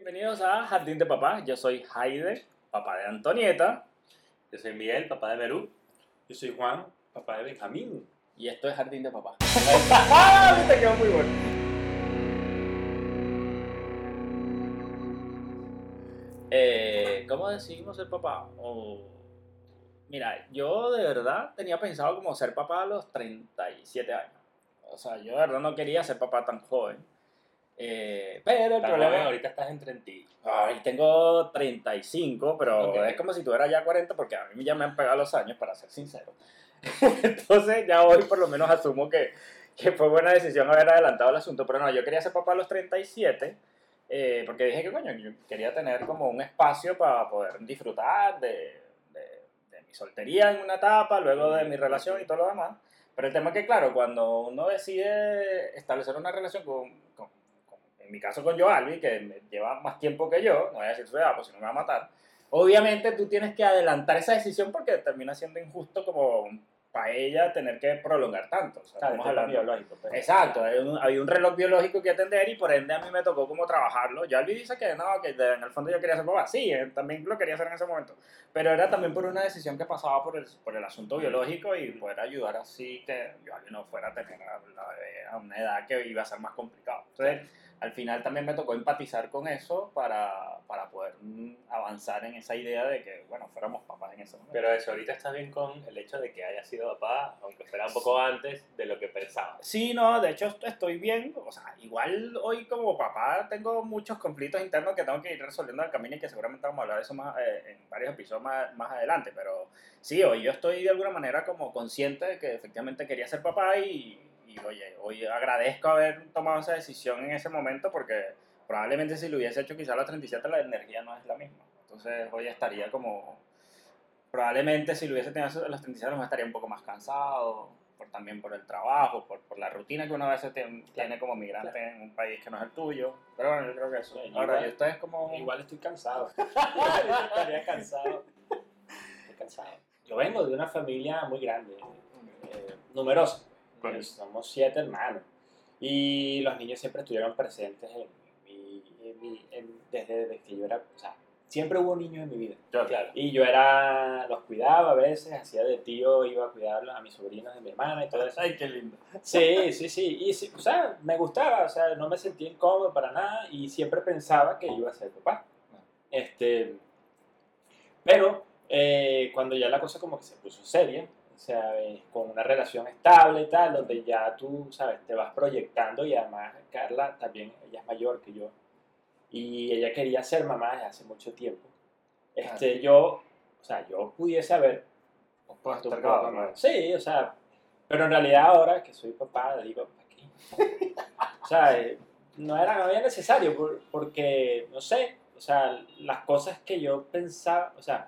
Bienvenidos a Jardín de Papá. Yo soy Jaide, papá de Antonieta, Yo soy Miguel, papá de Merú. Yo soy Juan, papá de Benjamín. y esto es Jardín de Papá. ¡Ah! Te quedó muy bueno. ¿Cómo decidimos ser papá? Mira, yo de verdad tenía pensado como ser papá a los 37 años. O sea, yo de verdad no quería ser papá tan joven. Pero el problema... Ahorita estás en 30. Ay, tengo 35, pero Ok. es como si tuviera ya 40 porque a mí ya me han pegado los años, para ser sincero. Entonces ya hoy por lo menos asumo que fue buena decisión haber adelantado el asunto. Pero no, yo quería ser papá a los 37 porque dije que coño, yo quería tener como un espacio para poder disfrutar de mi soltería en una etapa, luego de mi relación y todo lo demás. Pero el tema es que, claro, cuando uno decide establecer una relación en mi caso con Joalbi, que me lleva más tiempo que yo, no voy a decir su edad, pues si no me va a matar, obviamente tú tienes que adelantar esa decisión porque termina siendo injusto como para ella tener que prolongar tanto. O sea, estamos hablando... biológico. Pues. Exacto, hay un reloj biológico que atender y por ende a mí me tocó como trabajarlo. Joalbi dice que no, que en el fondo yo quería ser papá. Sí, también lo quería hacer en ese momento, pero era también por una decisión que pasaba por el asunto biológico y poder ayudar así que Joalbi no fuera a tener la bebé a una edad que iba a ser más complicado. Entonces, al final también me tocó empatizar con eso para poder avanzar en esa idea de que, bueno, fuéramos papás en ese momento. Pero eso, ahorita estás bien con el hecho de que haya sido papá, aunque fuera un poco antes de lo que pensaba. Sí, no, de hecho estoy bien, o sea, igual hoy como papá tengo muchos conflictos internos que tengo que ir resolviendo al camino y que seguramente vamos a hablar de eso más, en varios episodios más adelante, pero sí, hoy yo estoy de alguna manera como consciente de que efectivamente quería ser papá y oye, hoy agradezco haber tomado esa decisión en ese momento porque probablemente si lo hubiese hecho quizá a los 37 la energía no es la misma, entonces hoy estaría como, probablemente si lo hubiese tenido a los 37 me estaría un poco más cansado, también por el trabajo, por la rutina que uno a veces tiene como migrante en un país que no es el tuyo, pero bueno, yo creo que eso. Bueno, Ahora, igual- y ustedes como... Igual estoy cansado. Estaría cansado. Estoy cansado. Yo vengo de una familia muy grande, numerosa. Bueno. Somos 7 hermanos. Y los niños siempre estuvieron presentes desde que yo era... O sea, siempre hubo niños en mi vida. Claro. Y yo los cuidaba a veces, hacía de tío, iba a cuidarlos a mis sobrinos de mi hermana y todo eso. Ay, qué lindo. Sí. Y sí, o sea, me gustaba, o sea, no me sentía incómodo para nada y siempre pensaba que iba a ser papá. Pero cuando ya la cosa como que se puso seria, o sea, con una relación estable y tal, donde ya tú, sabes, te vas proyectando y además Carla también, ella es mayor que yo y ella quería ser mamá desde hace mucho tiempo. Yo pudiese haber puesto un poco más. Sí, o sea, pero en realidad ahora que soy papá, digo, aquí. O sea, no había necesario porque, no sé, o sea, las cosas que yo pensaba, o sea,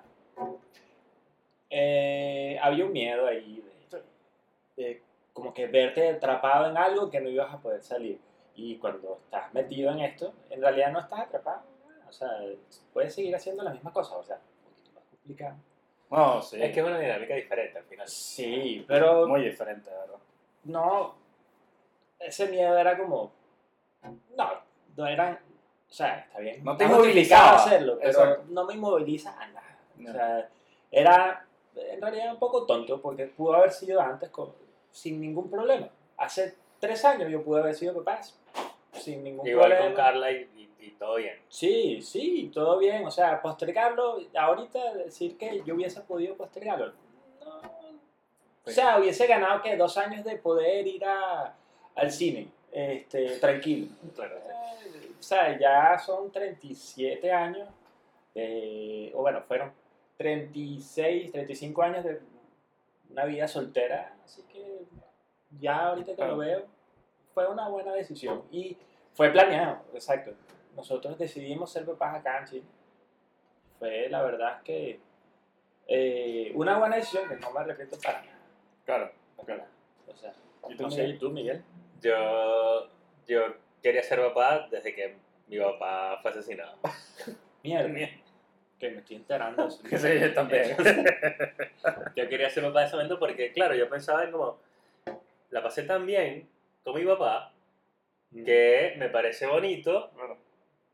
había un miedo ahí de como que verte atrapado en algo que no ibas a poder salir. Y cuando estás metido en esto, en realidad no estás atrapado. O sea, puedes seguir haciendo las mismas cosas, o sea, un poquito más complicado. No, sí. Es que es una dinámica diferente al final. Sí, pero Muy diferente, de verdad. no, ese miedo era como, no eran, o sea, está bien. No te Está inmovilizaba. justificado hacerlo, pero Exacto. no me inmoviliza a nada. No. O sea, era en realidad un poco tonto porque pudo haber sido antes sin ningún problema. Hace 3 años yo pude haber sido papá sin ningún Igual problema. con Carla y todo bien. Sí, todo bien. O sea, postergarlo, ahorita decir que yo hubiese podido postergarlo, no. O sea, hubiese ganado que 2 años de poder ir al cine, tranquilo. Claro. O sea, ya son 37 años, o bueno, fueron 36, 35 años de una vida soltera, así que ya ahorita que lo veo, fue una buena decisión y fue planeado, exacto. Nosotros decidimos ser papás acá en Chile. Fue la verdad que una buena decisión que no me arrepiento para nada. Claro. O sea, ¿Y tú, no sé, Miguel? ¿y tú, Miguel? Yo quería ser papá desde que mi papá fue asesinado. Mierda, que me estoy enterando de eso. Sí, yo también. Yo quería ser papá en ese momento porque, claro, yo pensaba en como, la pasé tan bien con mi papá que me parece bonito Bueno,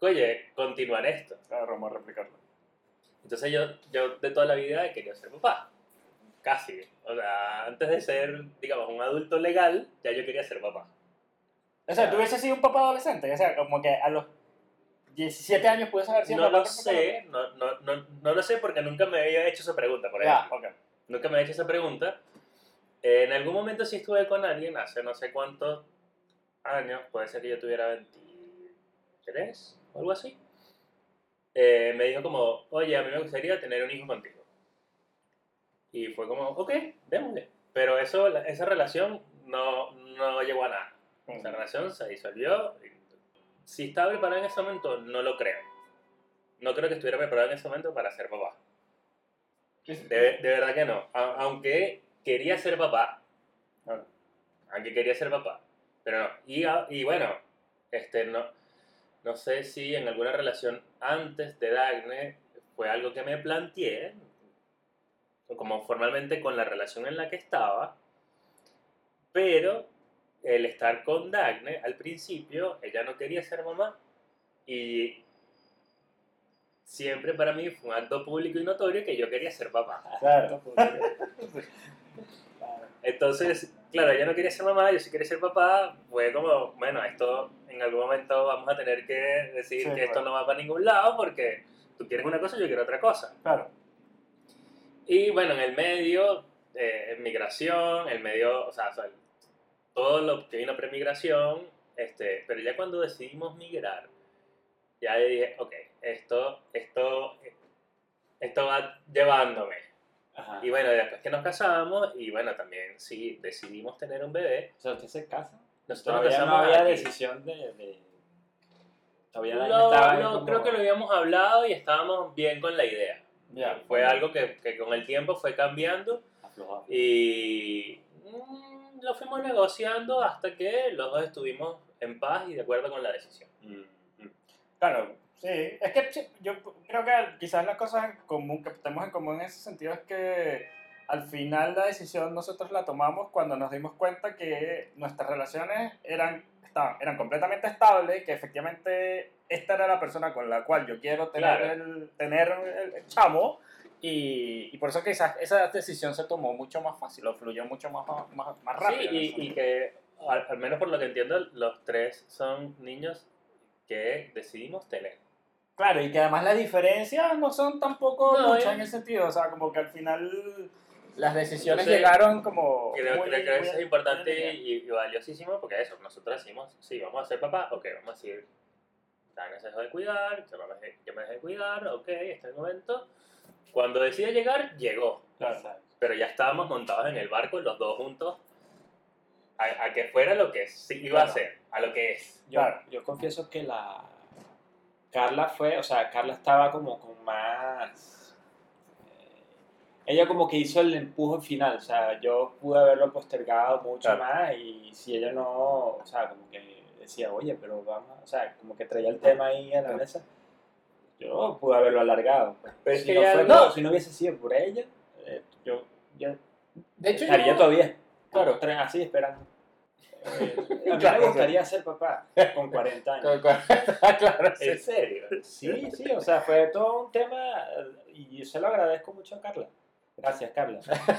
oye, continuar esto. Claro, vamos a replicarlo. Entonces yo de toda la vida he querido ser papá. Casi. O sea, antes de ser, digamos, un adulto legal, ya yo quería ser papá. O sea, ¿tú hubieses sido un papá adolescente? O sea, como que a los 17 años puedes haber sido No papá. lo sé, no lo sé porque nunca me había hecho esa pregunta, por Ya, ejemplo. ok. Nunca me había hecho esa pregunta. En algún momento sí estuve con alguien, hace no sé cuántos años, puede ser que yo tuviera 23 o algo así. Me dijo como, oye, a mí me gustaría tener un hijo contigo. Y fue como, ok, démosle. Pero esa relación no llegó a nada. Esa relación se disolvió. Si estaba preparado en ese momento, no lo creo. No creo que estuviera preparado en ese momento para ser papá. De verdad que no. Aunque quería ser papá. Claro. Aunque quería ser papá. Pero no. Y bueno, no sé si en alguna relación antes de Dagne fue algo que me planteé, como formalmente con la relación en la que estaba, pero el estar con Dagne, al principio, ella no quería ser mamá y siempre para mí fue un acto público y notorio que yo quería ser papá. Claro. Entonces, claro, ella no quería ser mamá, yo sí quería ser papá, fue como, bueno, esto en algún momento vamos a tener que decir Sí, que esto claro. no va para ningún lado porque tú quieres una cosa, yo quiero otra cosa. Claro. Y bueno, en el medio, migración, o sea, todo lo que vino premigración, pero ya cuando decidimos migrar, ya dije, ok, esto va llevándome. Ajá. Y bueno, después que nos casamos, y bueno, también sí, decidimos tener un bebé. O sea, ¿usted se casa? Nosotros nos Todavía no casamos había aquí. decisión Todavía nadie estaba ahí como... Creo que lo habíamos hablado y estábamos bien con la idea. Ya. Fue algo que con el tiempo fue cambiando Aflojado. y lo fuimos negociando hasta que los dos estuvimos en paz y de acuerdo con la decisión. Claro, sí. Es que sí, yo creo que quizás las cosas en común, que tenemos en común en ese sentido es que al final la decisión nosotros la tomamos cuando nos dimos cuenta que nuestras relaciones eran completamente estables, que efectivamente esta era la persona con la cual yo quiero tener, Claro. tener el chamo, y por eso quizás esa decisión se tomó mucho más fácil, o fluyó mucho más rápido. Sí, y que al menos por lo que entiendo, los tres son niños que decidimos tener. Claro, y que además las diferencias no son tampoco No, muchas en ese sentido, o sea, como que al final las decisiones Entonces, llegaron como... Creo que eso es muy importante en y valiosísimo porque eso, nosotros decimos, sí, vamos a ser papá, ok, vamos a decir, Dana se dejó de cuidar, yo me dejé de cuidar, ok, este es el momento. Cuando decide llegar, llegó. Claro. Pero ya estábamos montados en el barco, los dos juntos, a que fuera lo que sí iba a ser, a lo que es. Yo confieso que Carla estaba como con más... ella como que hizo el empuje final, o sea, yo pude haberlo postergado mucho Claro. más y si ella no, o sea, como que decía, oye, pero vamos, o sea, como que traía el tema ahí en la mesa, yo pude haberlo alargado. Pero es Si que no ya fue no. si no hubiese sido por ella, yo De hecho, estaría yo... todavía Claro. así esperando. A mí Claro, me gustaría ser papá con 40 años. claro, sí. ¿En serio? Sí, o sea, fue todo un tema y yo se lo agradezco mucho a Carla. Gracias, Carla.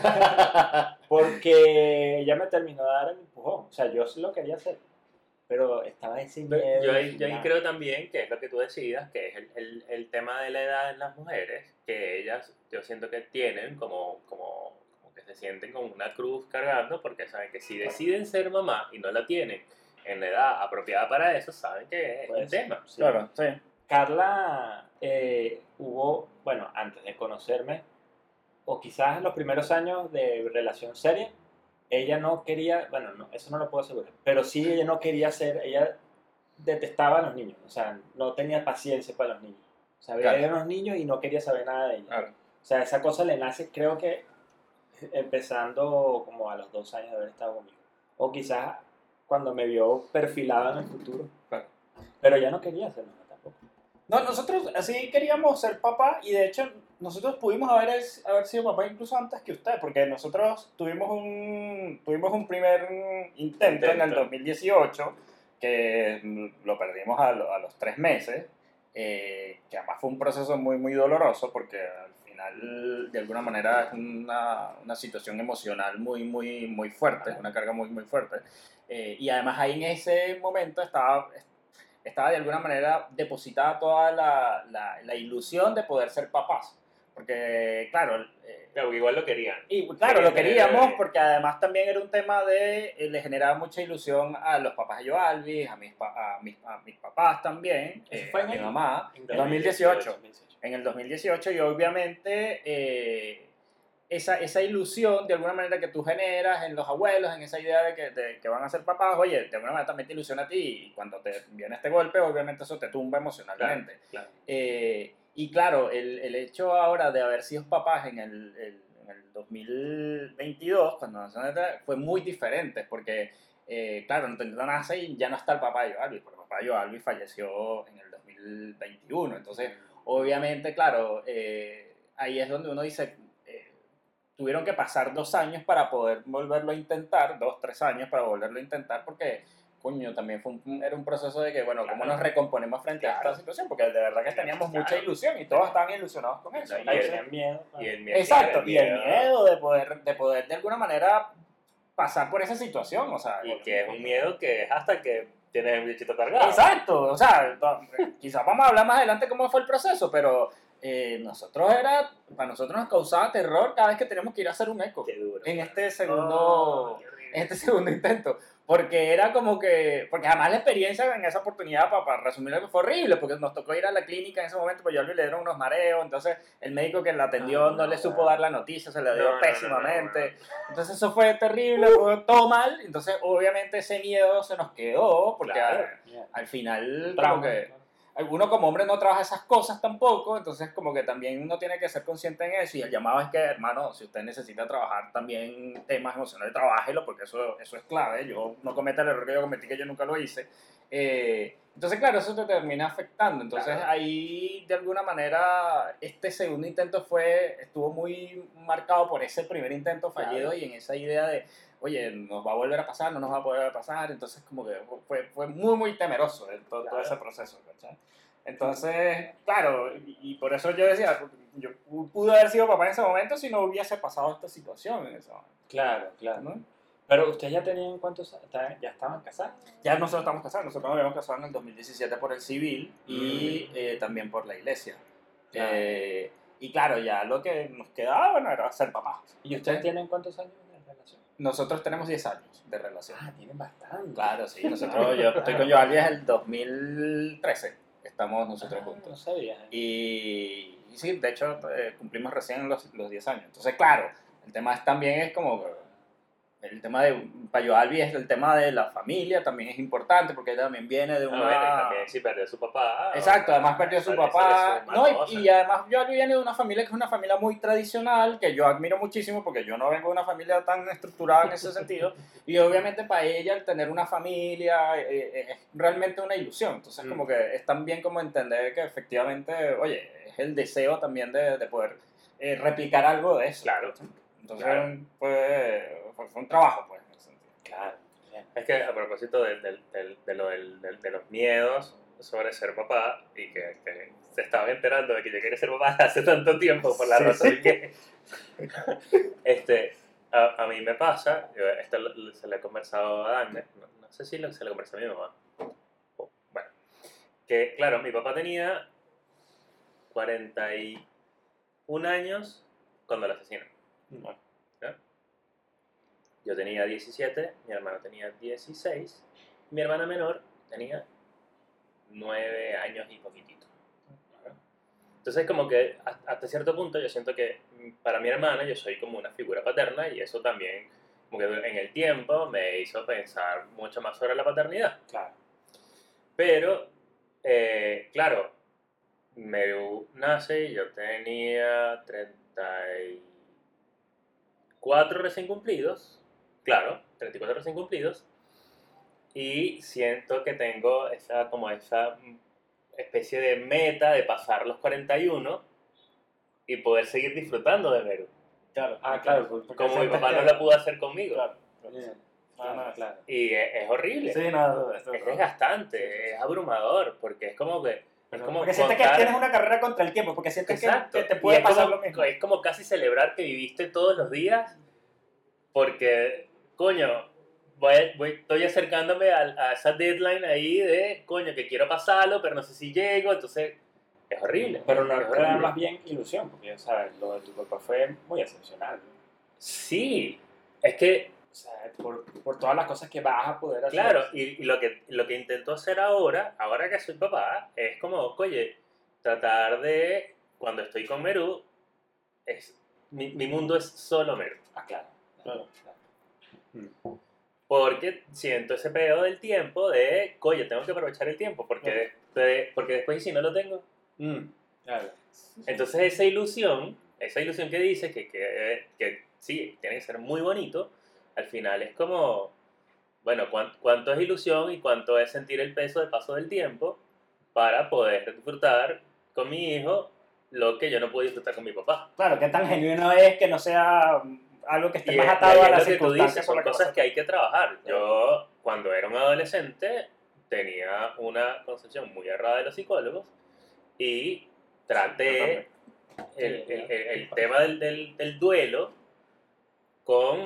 Porque ella me terminó de dar el empujón. O sea, yo sí lo quería hacer, pero estaba ese miedo. Yo ahí creo también que es lo que tú decidas, que es el tema de la edad en las mujeres, que ellas, yo siento que tienen como que se sienten con una cruz cargando, porque saben que si deciden ser mamá y no la tienen en la edad apropiada para eso, saben que es un tema. Sí. Claro, sí. Carla bueno, antes de conocerme, o quizás en los primeros años de relación seria, ella no quería, bueno, no, eso no lo puedo asegurar, pero sí ella no quería ella detestaba a los niños, o sea, no tenía paciencia para los niños. O sea, veía a los niños y no quería saber nada de ellos. Claro. O sea, esa cosa le nace, creo que empezando como a los 2 años de haber estado conmigo. O quizás cuando me vio perfilado en el futuro. Claro. Pero ya no quería hacerlo tampoco. No, nosotros así queríamos ser papá y de hecho nosotros pudimos haber sido papá incluso antes que usted, porque nosotros tuvimos un primer intento en el 2018 que lo perdimos a los 3 meses que además fue un proceso muy, muy doloroso porque al final, de alguna manera, es una situación emocional muy, muy, muy fuerte, una carga muy, muy fuerte. Y además ahí en ese momento estaba de alguna manera depositada toda la ilusión de poder ser papás. Porque, claro, Claro, igual lo querían. y claro, lo queríamos porque además también era un tema de, le generaba mucha ilusión a los papás de Joalvis, a mis papás también, Eso fue a en mi el- mamá, en en 2018. 2018. En el 2018 y obviamente esa ilusión de alguna manera que tú generas en los abuelos, en esa idea de que van a ser papás, oye, de alguna manera también te ilusiona a ti y cuando te viene este golpe, obviamente eso te tumba emocionalmente. Claro. Y claro, el hecho ahora de haber sido papás en el 2022, cuando fue muy diferente, porque, claro, no nace y ya no está el papá de Joalvis, porque el papá de Joalvis falleció en el 2021. Entonces, obviamente, claro, ahí es donde uno dice, tuvieron que pasar 2 años para poder volverlo a intentar, 2, 3 años para volverlo a intentar, porque coño, también era un proceso de que, bueno, ¿cómo Claro. nos recomponemos frente a esta situación? Porque de verdad que teníamos mucha ilusión y todos estaban ilusionados con eso. No, Ahí Entonces, tenían miedo. Y el miedo. exacto, y el miedo de poder de alguna manera pasar por esa situación, o sea. Y que es un miedo que es hasta que tienes el bichito cargado. Exacto, o sea, quizás vamos a hablar más adelante cómo fue el proceso, pero para nosotros nos causaba terror cada vez que teníamos que ir a hacer un eco Qué duro. en este Oh, qué horrible. segundo intento, porque era como que, porque además la experiencia en esa oportunidad, para resumir, fue horrible, porque nos tocó ir a la clínica en ese momento, pues yo le dieron unos mareos, entonces el médico que la atendió no le supo dar la noticia, se la dio No, pésimamente, entonces eso fue terrible, fue todo mal, entonces obviamente ese miedo se nos quedó, porque Claro. al final como Trauma. que uno como hombre no trabaja esas cosas tampoco, entonces como que también uno tiene que ser consciente en eso y el llamado es que, hermano, si usted necesita trabajar también temas emocionales, trabájelo porque eso es clave, yo no cometa el error que yo cometí, que yo nunca lo hice. Entonces, claro, eso te termina afectando, entonces Claro. ahí de alguna manera este segundo intento estuvo muy marcado por ese primer intento fallido. Claro. Y en esa idea de, oye, nos va a volver a pasar, no nos va a volver a pasar, entonces como que fue muy, muy temeroso todo Claro. ese proceso, ¿cachai? Entonces, claro, y por eso yo decía, yo pude haber sido papá en ese momento si no hubiese pasado esta situación en ese momento, Claro, claro. ¿no? Pero ustedes ya tenían cuántos años, ya estaban casados. Ya nosotros estamos casados, nosotros nos habíamos casado en el 2017 por el civil y también por la iglesia. Claro. Y claro, ya lo que nos quedaba, bueno, era ser papás. ¿Y ustedes tienen cuántos años de relación? Nosotros tenemos 10 años de relación. Ah, tienen bastante. Claro, sí, yo estoy con Joalvi desde el 2013, estamos nosotros No juntos. sabía. Y sí, de hecho, cumplimos recién los 10 años. Entonces, claro, el tema también es como, el tema para Joalvi es el tema de la familia, también es importante, porque ella también viene de una... Bueno, y también si perdió a su papá. Exacto, además perdió a su Tal vez papá. se le No, sumó y además Joalvi viene de una familia que es una familia muy tradicional, que yo admiro muchísimo, porque yo no vengo de una familia tan estructurada en ese sentido. Y obviamente para ella el tener una familia es realmente una ilusión. Entonces como que es también como entender que efectivamente, oye, es el deseo también de poder replicar algo de eso. Claro. Entonces Claro. fue un trabajo, pues, en ese sentido. Claro. Bien. Es que a propósito de los miedos sobre ser papá y que se estaba enterando de que yo quería ser papá hace tanto tiempo por la Sí, razón sí. que a mí me pasa, esto se lo he conversado a Dagner, no sé si se lo conversé a mi mamá. Bueno, que claro, mi papá tenía 41 años cuando lo asesinaron. Bueno, Yo tenía 17, mi hermano tenía 16, mi hermana menor tenía 9 años y poquitito. Entonces como que hasta cierto punto yo siento que para mi hermana yo soy como una figura paterna y eso también como que en el tiempo me hizo pensar mucho más sobre la paternidad. claro. Pero, claro, Meru nace y yo tenía 34 recién cumplidos. Claro, 34 recién cumplidos. Y siento que tengo esa especie de meta de pasar los 41 y poder seguir disfrutando de Meru. Claro. Ah, claro. porque Como mi sientes papá que- no la pudo hacer conmigo. Claro. Bien. Claro. Y es horrible. Sí, no, Es desgastante, Sí, sí, sí. es abrumador, porque es como que Pero como Porque sientes que contar- tienes una carrera contra el tiempo, porque sientes Exacto. que te Y puede es pasar como, lo mismo. es como casi celebrar que viviste todos los días porque, coño, estoy acercándome a esa deadline ahí de, coño, que quiero pasarlo, pero no sé si llego, entonces es horrible. Pero no es te da horrible. más bien ilusión, porque, ¿sabes? Lo de tu papá fue muy excepcional, ¿no? Sí, es que, O sea, por todas las cosas que vas a poder hacer. claro, y lo que intento hacer ahora que soy papá, es como, oye, tratar de, cuando estoy con Merú, mi mundo es solo Merú. Ah, claro. Claro. Porque siento ese pedo del tiempo de, coño, tengo que aprovechar el tiempo, porque después, ¿y si no lo tengo? Claro. Entonces esa ilusión que dice que sí, tiene que ser muy bonito, al final es como, bueno, ¿cuánto es ilusión y cuánto es sentir el peso del paso del tiempo para poder disfrutar con mi hijo lo que yo no puedo disfrutar con mi papá? Claro, qué tan genuino es que no sea algo que esté Y más y atado ahí a es las lo que tú circunstancias dices, por son las que cosas pasa. que hay que trabajar. Yo, cuando era un adolescente, tenía una concepción muy errada de los psicólogos y traté el tema del duelo con,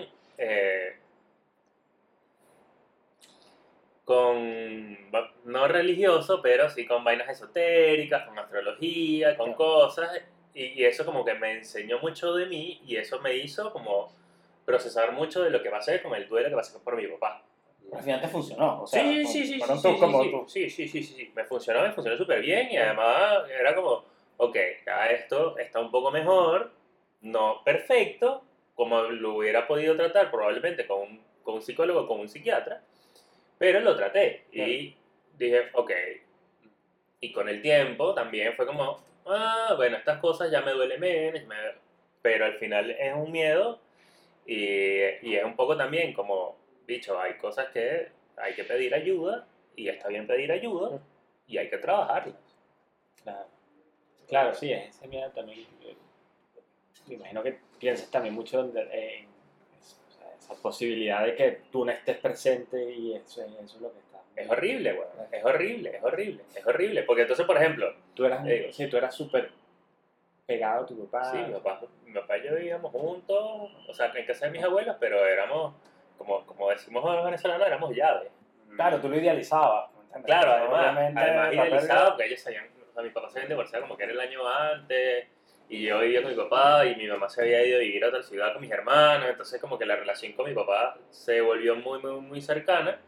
no religioso, pero sí con vainas esotéricas, con astrología, con Claro. cosas, y eso como que me enseñó mucho de mí y eso me hizo como procesar mucho de lo que pasé con el duelo que pasé por mi papá. Al final te funcionó, o sea, Sí, fueron tus como tú. sí. Me funcionó súper bien y además era como, ok, ya esto está un poco mejor, no perfecto, como lo hubiera podido tratar probablemente con un psicólogo, con un psiquiatra, pero lo traté y dije, ok, y con el tiempo también fue como, bueno, estas cosas ya me duele menos, pero al final es un miedo y es un poco también como, bicho, hay cosas que hay que pedir ayuda y está bien pedir ayuda y hay que trabajarlas. Claro. Claro, sí, es ese miedo también. Me imagino que piensas también mucho en o sea, esa posibilidad de que tú no estés presente y eso es lo que está. Es horrible, weón. Es horrible. Porque entonces, por ejemplo, Tú eras súper pegado a tu papá. sí, mi papá y yo vivíamos juntos, o sea, en casa de mis abuelos, pero éramos, como decimos los venezolanos, éramos llaves. Claro, tú lo idealizabas. ¿me entiendes? Claro, Obviamente, además la idealizado, pérdida- porque ellos sabían, o sea, mi papá se había divorciado como que era el año antes, y yo vivía con mi papá, y mi mamá se había ido a vivir a otra ciudad con mis hermanos, entonces como que la relación con mi papá se volvió muy cercana,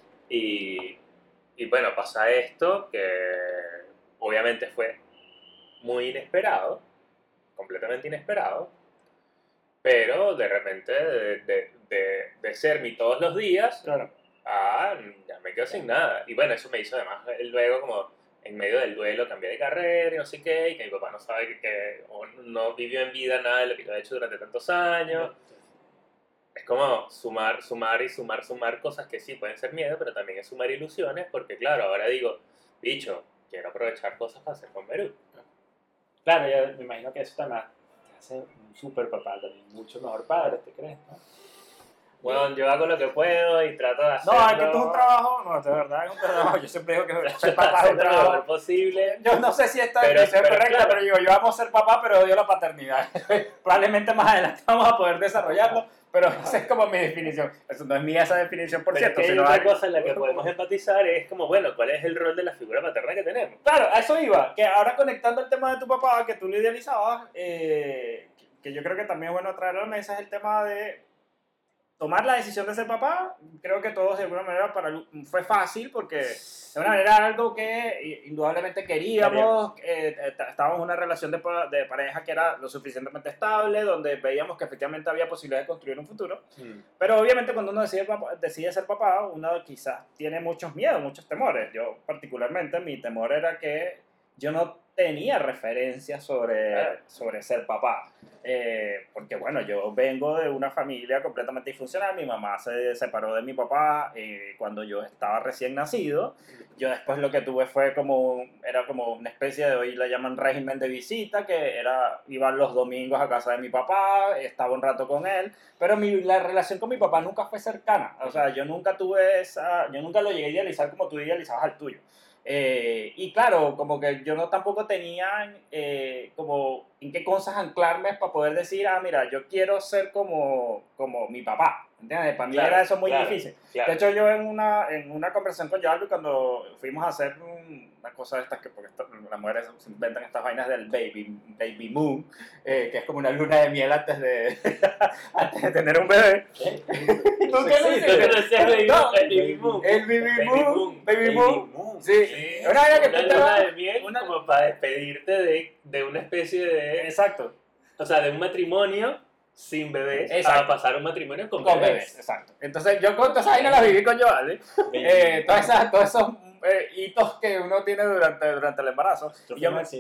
y bueno, pasa esto, que obviamente fue muy inesperado, completamente inesperado, pero de repente de ser mi todos los días, Claro. ya me quedo sin nada. Y bueno, eso me hizo además luego como en medio del duelo cambié de carrera y no sé qué, y que mi papá no sabe o no vivió en vida nada de lo que yo he hecho durante tantos años. Es como sumar cosas que sí pueden ser miedo, pero también es sumar ilusiones, porque claro, ahora digo, bicho, quiero aprovechar cosas para hacer con Perú. Claro, yo me imagino que eso también te hace un súper papá también, mucho mejor padre, ¿te crees? ¿No? Bueno, yo hago lo que puedo y trato de hacerlo. No, es que esto es un trabajo, no, de verdad es un trabajo. Yo siempre digo que ser papá es un hacerlo lo mejor trabajo. posible. Yo no sé si esta Pero- definición es pero correcta, claro. pero digo, yo amo ser papá, pero odio la paternidad. Probablemente más adelante vamos a poder desarrollarlo, pero esa es como mi definición. Eso no es mía esa definición, por Pero cierto. es que hay sino otra algo- cosa en la que podemos empatizar es como, bueno, ¿cuál es el rol de la figura paterna que tenemos? Claro, a eso iba. Que ahora conectando el tema de tu papá, que tú lo idealizabas, que yo creo que también es bueno traer a la mesa, es el tema de tomar la decisión de ser papá. Creo que todos de alguna manera fue fácil porque de alguna manera era algo que indudablemente queríamos. Estábamos en una relación de pareja que era lo suficientemente estable, donde veíamos que efectivamente había posibilidad de construir un futuro. Pero obviamente cuando uno decide ser papá, uno quizás tiene muchos miedos, muchos temores. Yo particularmente, mi temor era que yo no tenía referencias sobre ser papá. Porque bueno, yo vengo de una familia completamente disfuncional. Mi mamá se separó de mi papá cuando yo estaba recién nacido. Yo después lo que tuve fue era como una especie de, hoy la llaman régimen de visita, que iban los domingos a casa de mi papá, estaba un rato con él, pero la relación con mi papá nunca fue cercana. O sea, yo nunca lo llegué a idealizar como tú idealizabas al tuyo. Y claro, como que yo no tampoco tenía como en qué cosas anclarme para poder decir, mira, yo quiero ser como mi papá, ¿entiendes? Para mí Claro, era eso muy claro, difícil. claro. De hecho, yo en una conversación con Joalby, cuando fuimos a hacer una cosa de estas, que porque las mujeres se inventan estas vainas del baby moon, que es como una luna de miel antes de, antes de tener un bebé. ¿Nunca lo Sí, hiciste? yo conocía el Baby No. Moon. El baby moon. Sí. Sí, Una vaina que una tú te luna vas- de miel como para despedirte de una especie de... Exacto. O sea, de un matrimonio sin bebés Exacto. a pasar un matrimonio con Con bebés. bebés, exacto. Entonces yo con todas esas vainas las viví con Joali. Todos esos hitos que uno tiene durante el embarazo. Y, yo me-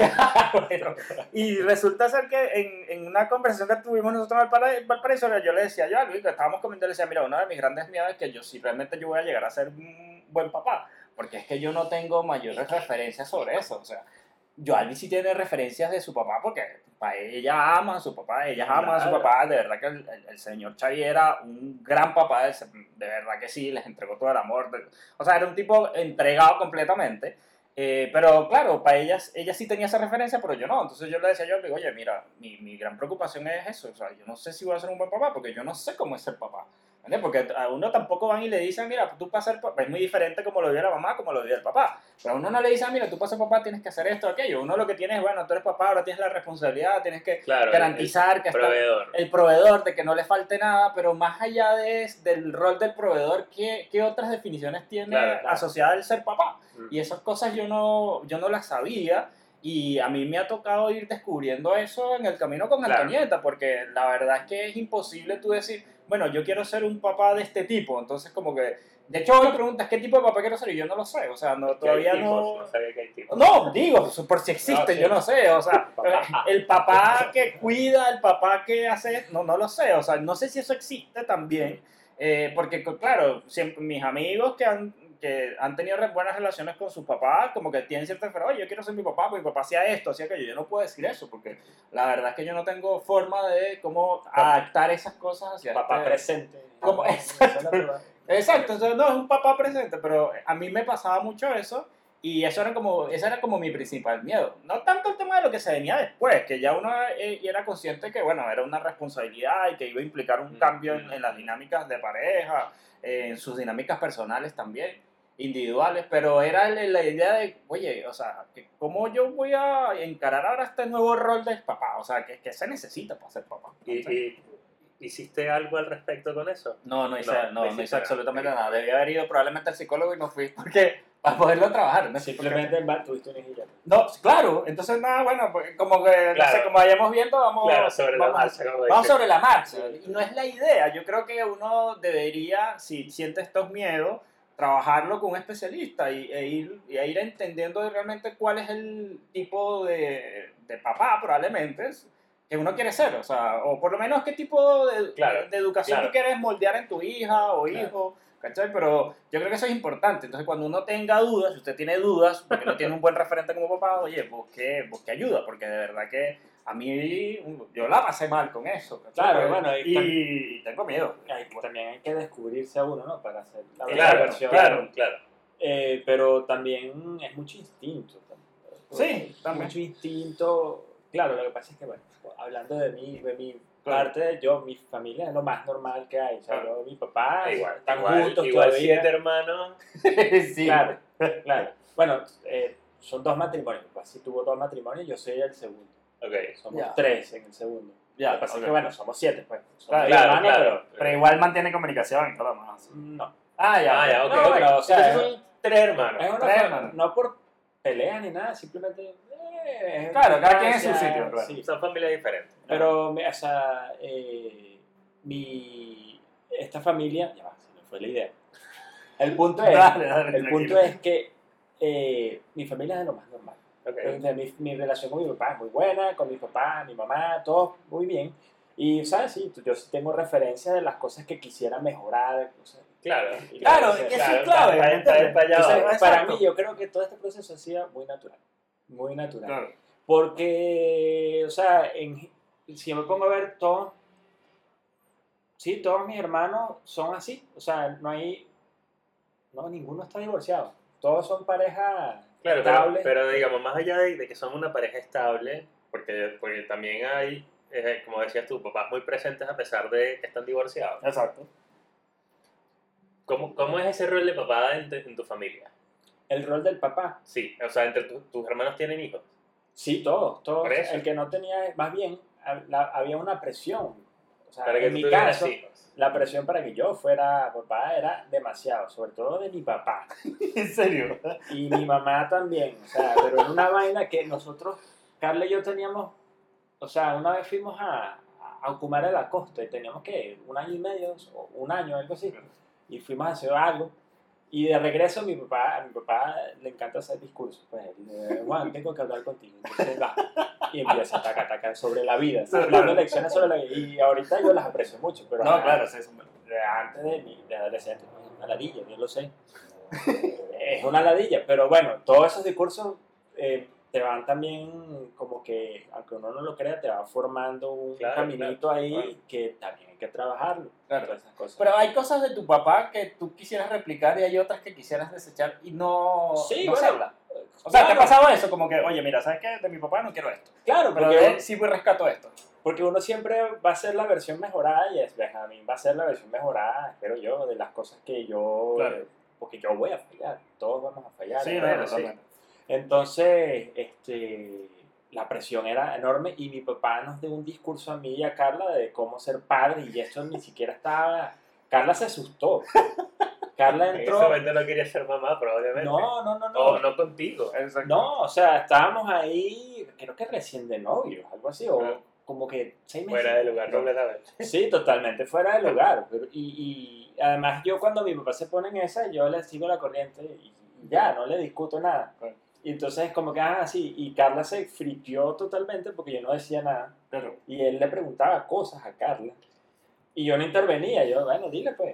Bueno, y resulta ser que en una conversación que tuvimos nosotros en Valparaíso, yo le decía a Joali, que estábamos comentando, le decía, mira, uno de mis grandes miedos es que yo, si realmente yo voy a llegar a ser un buen papá, porque es que yo no tengo mayores referencias sobre eso. O sea, Joalby sí tiene referencias de su papá porque ella ama a su papá, ella ama a su Claro. papá. De verdad que el señor Xavi era un gran papá, de verdad que sí, les entregó todo el amor. O sea, era un tipo entregado completamente. Pero claro, para ella sí tenía esa referencia, pero yo no. Entonces yo le decía a Joalby, oye, mira, mi gran preocupación es eso. O sea, yo no sé si voy a ser un buen papá porque yo no sé cómo es ser papá. ¿Entiendes? Porque a uno tampoco van y le dicen, mira, tú para ser papá, es muy diferente como lo vive la mamá, como lo vive el papá. Pero a uno no le dicen, mira, tú para ser papá tienes que hacer esto o aquello. Uno lo que tiene es, bueno, tú eres papá, ahora tienes la responsabilidad, tienes que Claro, garantizar que está proveedor. el proveedor, de que no le falte nada, pero más allá del rol del proveedor, ¿qué otras definiciones tiene Claro. asociada el ser papá? Mm. Y esas cosas yo no las sabía. Y a mí me ha tocado ir descubriendo eso en el camino con Claro. Antonieta, porque la verdad es que es imposible tú decir, bueno, yo quiero ser un papá de este tipo. Entonces, como que, de hecho, hoy me preguntas qué tipo de papá quiero ser y yo no lo sé. O sea, no, todavía no. No sabía que hay tipos. No, digo, por si existe, No, sí. yo no sé. O sea, el papá que cuida, el papá que hace, no lo sé. O sea, no sé si eso existe también. Porque, claro, siempre mis amigos que han tenido buenas relaciones con sus papás, como que tienen cierta referencia, oye, yo quiero ser mi papá, porque mi papá hacía esto, hacía aquello. Yo no puedo decir eso, porque la verdad es que yo no tengo forma de cómo adaptar esas cosas hacia Papá presente. Como- exacto. Exacto, entonces no es un papá presente, pero a mí me pasaba mucho eso y ese era como mi principal miedo. No tanto el tema de lo que se venía después, que ya uno era consciente que, bueno, era una responsabilidad y que iba a implicar un cambio en las dinámicas de pareja, en sus dinámicas personales también, individuales, pero era la idea de, oye, o sea, ¿cómo yo voy a encarar ahora este nuevo rol de papá? O sea, ¿qué se necesita para ser papá? ¿Y hiciste algo al respecto con eso? No hice No hiciste hice nada. absolutamente nada. Debía haber ido probablemente al psicólogo y no fui porque para poderlo trabajar. ¿no? Simplemente tuviste un hijillo. No, claro. Entonces, nada, bueno, pues, como que, no Claro. sé, como vayamos viendo, vamos, Claro, sobre la vamos, marcha, como vamos dices. sobre la marcha. Y no es la idea. Yo creo que uno debería, si siente estos miedos, trabajarlo con un especialista e ir entendiendo realmente cuál es el tipo de papá, probablemente, que uno quiere ser, o sea, o por lo menos qué tipo Claro, de educación claro. tú quieres moldear en tu hija o Claro. hijo, ¿cachai? Pero yo creo que eso es importante. Entonces, cuando uno tenga dudas, si usted tiene dudas, porque no tiene un buen referente como papá, oye, busque ayuda, porque de verdad que a mí, yo la pasé mal con eso, ¿cachai? Claro, bueno, y tengo miedo. También hay que descubrirse a uno, ¿no? Para hacer la Claro, versión. claro. Pero también es mucho instinto. Sí, también. Mucho instinto. Claro, lo que pasa es que, bueno, hablando de mi Claro. parte, mi familia es lo más normal que hay. O sea, Claro. mi papá, Igual, están igual, juntos igual todavía. 7 hermanos. Sí. Claro, claro. Bueno, son 2 matrimonios. Mi papá sí tuvo 2 matrimonios, yo soy el segundo. Ok. Somos Ya. 3 en el segundo. Ya, Lo que pasa ok. es que, bueno, somos 7, pues. Somos Claro, 10 claro, hermanos, claro. Pero igual mantiene comunicación y todo lo demás. no. Ah, ya. Ah, ya, ok. No, ok. bueno, o sea, Entonces son 3 hermanos. Es una Tres hermanos. no por peleas ni nada, simplemente. Claro, cada quien en su distancia, sitio, claro. sí. Son familias diferentes. Pero, o sea, esta familia, ya va, se me fue la idea. El punto es, Dale, punto es que mi familia es de lo más normal. Ok. Mi relación con mi papá es muy buena, con mi papá, mi mamá, todo muy bien. Y, ¿sabes? Sí, yo sí tengo referencias de las cosas que quisiera mejorar. Cosas, Claro. Claro, es que eso es clave, ¿me entiendes? Entonces, Exacto. para mí, yo creo que todo este proceso ha sido muy natural. Muy natural. Claro. Porque, o sea, si yo me pongo a ver todos mis hermanos son así. O sea, ninguno está divorciado. todos son parejas Claro, estables. pero digamos, más allá de que son una pareja estable, porque también hay, como decías tú, papás muy presentes a pesar de que están divorciados. Exacto. ¿Cómo es ese rol de papá en tu familia? El rol del papá. Sí, o sea, entre tus hermanos tienen hijos. Sí, todos. Por eso. El que no tenía, más bien, había una presión. O sea, Para que en tú mi tuvieras caso, hijos. la presión para que yo fuera papá era demasiado, sobre todo de mi papá. ¿En serio? Y mi mamá también, o sea, pero era una vaina que nosotros, Carla y yo teníamos, o sea, una vez fuimos a Ocumare a la costa y teníamos que 1 año y medio, o 1 año, algo así, y fuimos a hacer algo. Y de regreso a mi papá le encanta hacer discursos, pues, y dice, Juan, tengo que hablar contigo, entonces va, y empieza taca, sobre la vida, dando lecciones sobre la vida, y ahorita yo las aprecio mucho, pero No, claro, sí, eso antes de adolescente, pues, es una ladilla, yo lo sé. Es una ladilla, pero bueno, todos esos discursos te van también como que, aunque uno no lo crea, te va formando un caminito ahí claro. Que también hay que trabajarlo. Claro. Todas esas cosas. Pero hay cosas de tu papá que tú quisieras replicar y hay otras que quisieras desechar y no, Sí, no bueno, hacerla. O sea, ¿te ha claro. pasado eso? Como que, oye, mira, ¿sabes qué? De mi papá no quiero esto. Claro, Pero de él sí voy rescato esto. porque uno siempre va a ser la versión mejorada y Benjamín va a ser la versión mejorada, espero yo, de las cosas que yo... Claro. Porque yo voy a fallar, todos vamos a fallar. Sí, ¿verdad? no, totalmente. Entonces, la presión era enorme y mi papá nos dio un discurso a mí y a Carla de cómo ser padre y esto ni siquiera estaba... Carla se asustó. Carla En ese entró... momento no quería ser mamá, probablemente. No. O no contigo. Exacto. No, o sea, estábamos ahí, creo que recién de novios, algo así, o Ah. como que 6 meses. Fuera de lugar completamente. Sí, totalmente fuera de lugar. Y además yo cuando mi papá se pone en esa, yo le sigo la corriente y ya, no le discuto nada. Claro. Y entonces como que, así, y Carla se friqueó totalmente porque yo no decía nada. Claro. Y él le preguntaba cosas a Carla. Y yo no intervenía, yo, bueno, dile pues.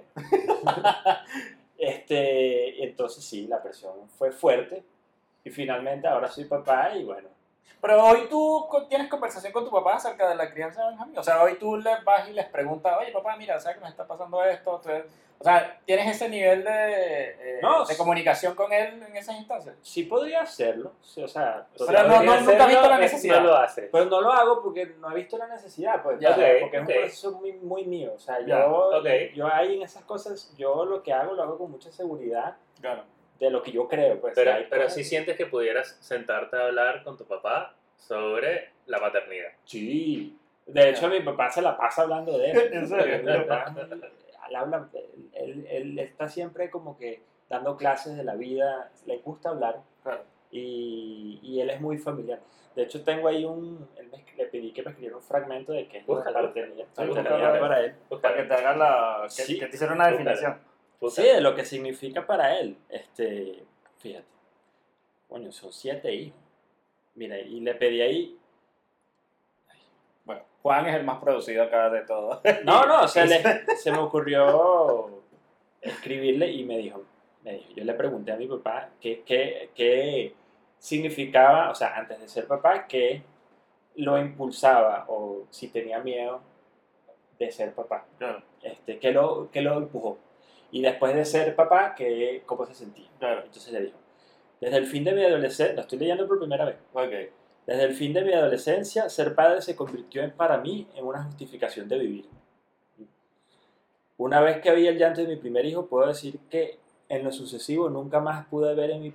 Entonces sí, la presión fue fuerte. Y finalmente ahora soy papá y bueno. Pero hoy tú tienes conversación con tu papá acerca de la crianza de Benjamín. O sea, hoy tú les vas y les preguntas, oye, papá, mira, ¿sabes que me está pasando esto? Entonces, o sea, ¿tienes ese nivel de comunicación con él en esas instancias? Sí podría hacerlo, sí, o sea... Pero nunca has visto la necesidad. No lo hace. Pero no lo hago porque no he visto la necesidad, pues, Ya, porque ok, es un ok. proceso muy, muy mío. O sea, Ya, yo ahí en esas cosas, yo lo que hago lo hago con mucha seguridad Claro. de lo que yo creo. Pues, hay Pero cosas- sí sientes que pudieras sentarte a hablar con tu papá sobre la paternidad. Sí. De hecho, mi papá se la pasa hablando de él. ¿En serio? Mi papá, él está siempre como que dando clases de la vida, le gusta hablar. Claro. Y él es muy familiar. De hecho, tengo ahí le pedí que me escribiera un fragmento de que es la Búscalo. paternidad Búscalo. para él. Para que te hagan Sí. que te hicieron una definición. Sí, de lo que significa para él. Fíjate, coño, son 7 hijos. Mira, y le pedí ahí. Bueno, Juan es el más producido acá de todo. No, se me ocurrió escribirle y me dijo, yo le pregunté a mi papá qué significaba, o sea, antes de ser papá, qué lo impulsaba o si tenía miedo de ser papá, Claro, qué lo empujó. Y después de ser papá, cómo se sentía. claro. Entonces le dijo, desde el fin de mi adolescencia, lo estoy leyendo por primera vez, Ok. desde el fin de mi adolescencia, ser padre se convirtió para mí en una justificación de vivir. Una vez que vi el llanto de mi primer hijo, puedo decir que en lo sucesivo nunca más pude ver en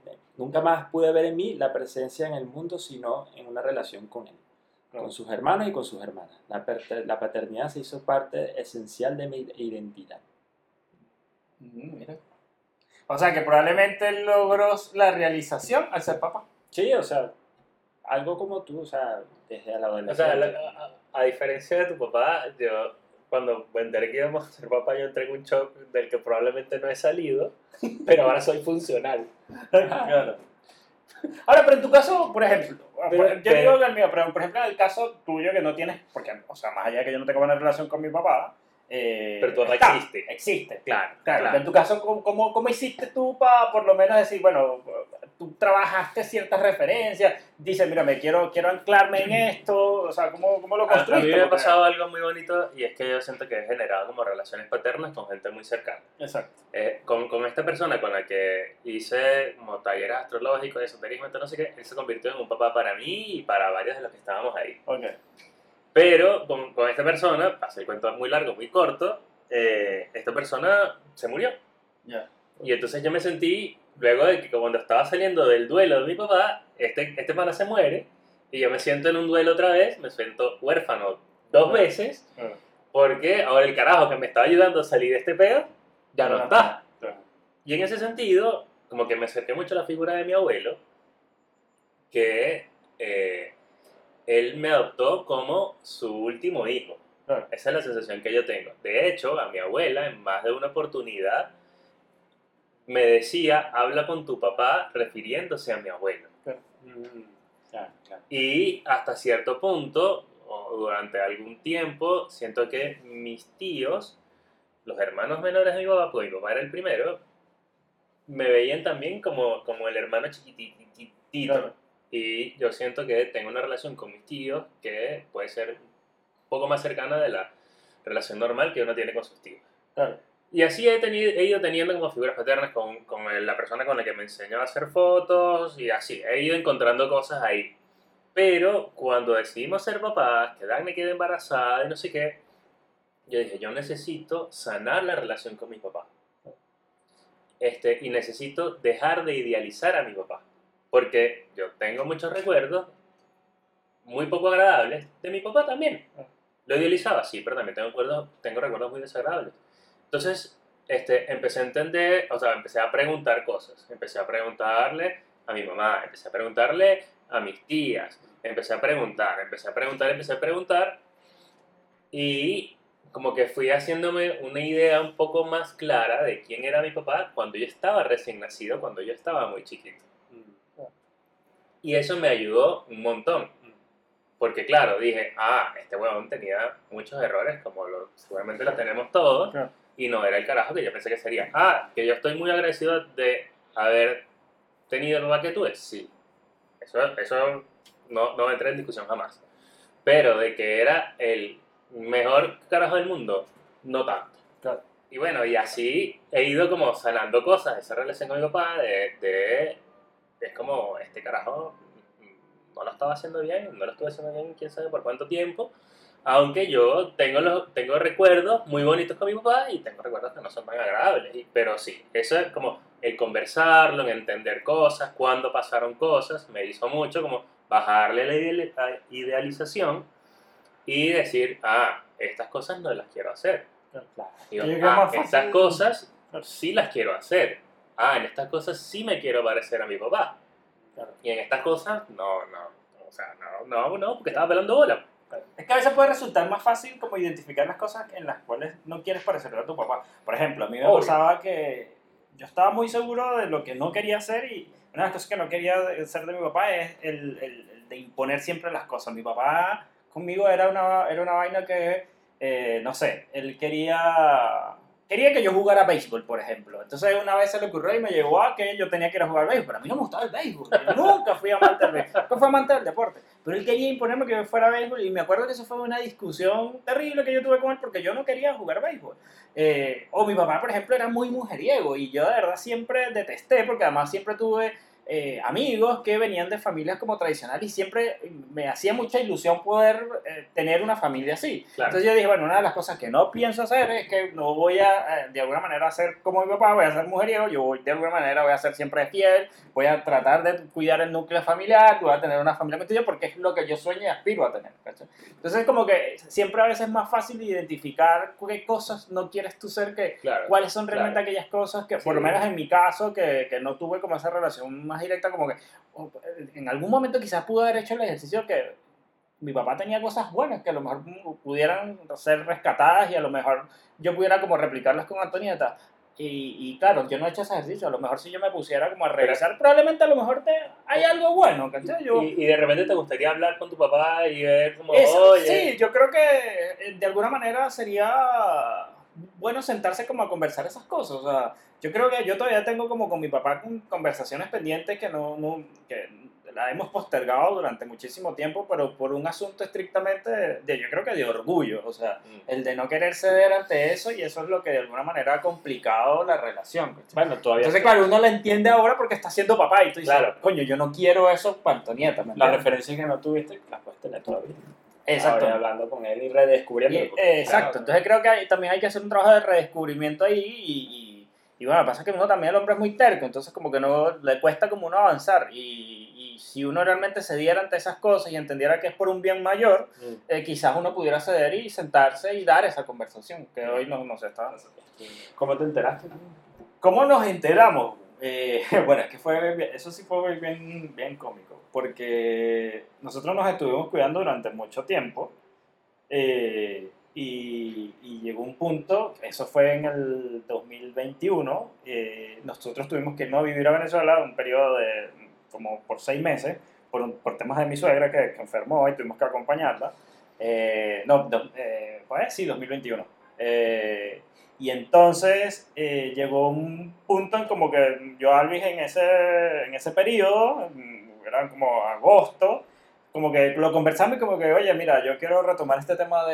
mí la presencia en el mundo, sino en una relación con él, con sus hermanos y con sus hermanas. La paternidad se hizo parte esencial de mi identidad. Mira. O sea, que probablemente logró la realización al ser papá. Sí, o sea, algo como tú, o sea, desde la O sea, adolescencia. a diferencia de tu papá, yo cuando me enteré que íbamos a ser papá, yo entré en un shock del que probablemente no he salido, pero ahora soy funcional. Claro. Ahora, pero en tu caso, por ejemplo, yo digo el mío, pero por ejemplo en el caso tuyo que no tienes, porque, o sea, más allá de que yo no tengo buena relación con mi papá, Pero tu papá está, existe. Existe. Claro, Claro, en tu caso, ¿cómo hiciste tú para por lo menos decir, bueno, tú trabajaste ciertas referencias, dices, mira, quiero anclarme en esto, o sea, ¿cómo lo A construiste? mí me ha Porque- pasado algo muy bonito y es que yo siento que he generado como relaciones paternas con gente muy cercana. Exacto. Con esta persona con la que hice como talleres astrológicos, de esoterismo, no sé qué, él se convirtió en un papá para mí y para varios de los que estábamos ahí. Ok. Pero con esta persona, pasé el cuento muy largo, muy corto, esta persona se murió. Ya. Y entonces yo me sentí, luego de que cuando estaba saliendo del duelo de mi papá, este pana se muere, y yo me siento en un duelo otra vez, me siento huérfano 2 veces, porque ahora el carajo que me estaba ayudando a salir de este pedo, ya no está. Y en ese sentido, como que me acerqué mucho a la figura de mi abuelo, que él me adoptó como su último hijo. Claro. Esa es la sensación que yo tengo. De hecho, a mi abuela, en más de una oportunidad, me decía, habla con tu papá, refiriéndose a mi abuelo. Claro. Y hasta cierto punto, o durante algún tiempo, siento que mis tíos, los hermanos menores de mi papá, porque mi papá era el primero, me veían también como el hermano chiquitito. Claro. Y yo siento que tengo una relación con mis tíos que puede ser un poco más cercana de la relación normal que uno tiene con sus tíos. Claro. Y así he ido teniendo como figuras paternas con la persona con la que me enseñó a hacer fotos y así. He ido encontrando cosas ahí. Pero cuando decidimos ser papás, que Dagny quede embarazada y no sé qué, yo dije, yo necesito sanar la relación con mi papá. Y necesito dejar de idealizar a mi papá. Porque yo tengo muchos recuerdos muy poco agradables de mi papá también. Lo idealizaba, sí, pero también tengo recuerdos muy desagradables. Entonces, empecé a entender, o sea, empecé a preguntar cosas. Empecé a preguntarle a mi mamá, empecé a preguntarle a mis tías, empecé a preguntar, y como que fui haciéndome una idea un poco más clara de quién era mi papá cuando yo estaba recién nacido, cuando yo estaba muy chiquito. Y eso me ayudó un montón. Porque claro, dije, este huevón tenía muchos errores, como seguramente los tenemos todos, Claro. y no era el carajo que yo pensé que sería. Que yo estoy muy agradecido de haber tenido el papá que tuve, sí. Eso no entré en discusión jamás. Pero de que era el mejor carajo del mundo, no tanto. Claro. Y bueno, y así he ido como sanando cosas de esa relación con mi papá, es como, este carajo no lo estaba haciendo bien, no lo estuve haciendo bien quién sabe por cuánto tiempo, aunque yo tengo recuerdos muy bonitos con mi papá y tengo recuerdos que no son tan agradables, pero sí, eso es como el conversarlo, en entender cosas, cuándo pasaron cosas, me hizo mucho como bajarle la idealización y decir, estas cosas no las quiero hacer. Digo, Yo creo que es más fácil- estas cosas sí las quiero hacer. En estas cosas sí me quiero parecer a mi papá. Claro. Y en estas cosas, no, porque estaba pelando bola. Es que a veces puede resultar más fácil como identificar las cosas en las cuales no quieres parecerle a tu papá. Por ejemplo, a mí me Obvio. pasaba que yo estaba muy seguro de lo que no quería hacer y una de las cosas que no quería hacer de mi papá es el de imponer siempre las cosas. Mi papá conmigo era una vaina que, no sé, él quería que yo jugara béisbol, por ejemplo. Entonces una vez se le ocurrió y me llevó a que yo tenía que ir a jugar béisbol. Pero a mí no me gustaba el béisbol. Yo nunca fui amante del béisbol. Nunca fui amante del deporte. Pero él quería imponerme que yo fuera a béisbol y me acuerdo que eso fue una discusión terrible que yo tuve con él porque yo no quería jugar béisbol. O mi papá, por ejemplo, era muy mujeriego y yo de verdad siempre detesté porque además siempre tuve amigos que venían de familias como tradicionales y siempre me hacía mucha ilusión poder tener una familia así. Claro. Entonces yo dije, bueno, una de las cosas que no pienso hacer es que no voy a, de alguna manera, ser como mi papá, voy a ser mujeriego, de alguna manera voy a ser siempre fiel, voy a tratar de cuidar el núcleo familiar, voy a tener una familia contigo porque es lo que yo sueño y aspiro a tener. ¿Cachai? Entonces como que siempre a veces es más fácil identificar qué cosas no quieres tú ser, Claro. cuáles son realmente Claro. aquellas cosas que, Sí. por lo menos en mi caso, que no tuve como esa relación más directa, como que en algún momento quizás pude haber hecho el ejercicio que mi papá tenía cosas buenas que a lo mejor pudieran ser rescatadas y a lo mejor yo pudiera como replicarlas con Antonieta. Y claro, yo no he hecho ese ejercicio. A lo mejor si yo me pusiera como a revisar, probablemente a lo mejor hay algo bueno, ¿cachai? Y de repente te gustaría hablar con tu papá y ver como, Eso, oye, sí, yo creo que de alguna manera sería bueno sentarse como a conversar esas cosas. O sea, yo creo que yo todavía tengo como con mi papá conversaciones pendientes que que la hemos postergado durante muchísimo tiempo, pero por un asunto estrictamente yo creo que de orgullo. O sea, el de no querer ceder ante eso, y eso es lo que de alguna manera ha complicado la relación. Bueno, todavía Entonces, claro, uno la entiende ahora porque está siendo papá y tú dices, Claro. coño, yo no quiero eso para tu nieta. ¿me las entiendes? referencias que no tuviste las puedes tener todavía. Exacto. Ahora hablando con él y redescubriendo. Exacto, entonces creo que también hay que hacer un trabajo de redescubrimiento ahí y bueno, lo que pasa es que uno también, el hombre es muy terco, entonces como que no le cuesta como uno avanzar y si uno realmente cediera ante esas cosas y entendiera que es por un bien mayor, quizás uno pudiera ceder y sentarse y dar esa conversación, que hoy no se está dando. ¿Cómo te enteraste? ¿Cómo nos enteramos? Bueno, es que eso sí fue bien cómico, porque nosotros nos estuvimos cuidando durante mucho tiempo y llegó un punto, eso fue en el 2021, nosotros tuvimos que irnos a vivir a Venezuela un periodo de como por 6 meses, por temas de mi suegra que enfermó y tuvimos que acompañarla. Pues sí, 2021. Y entonces llegó un punto en como que yo, Alvis, en ese periodo, era como agosto, como que lo conversamos y como que, oye, mira, yo quiero retomar este tema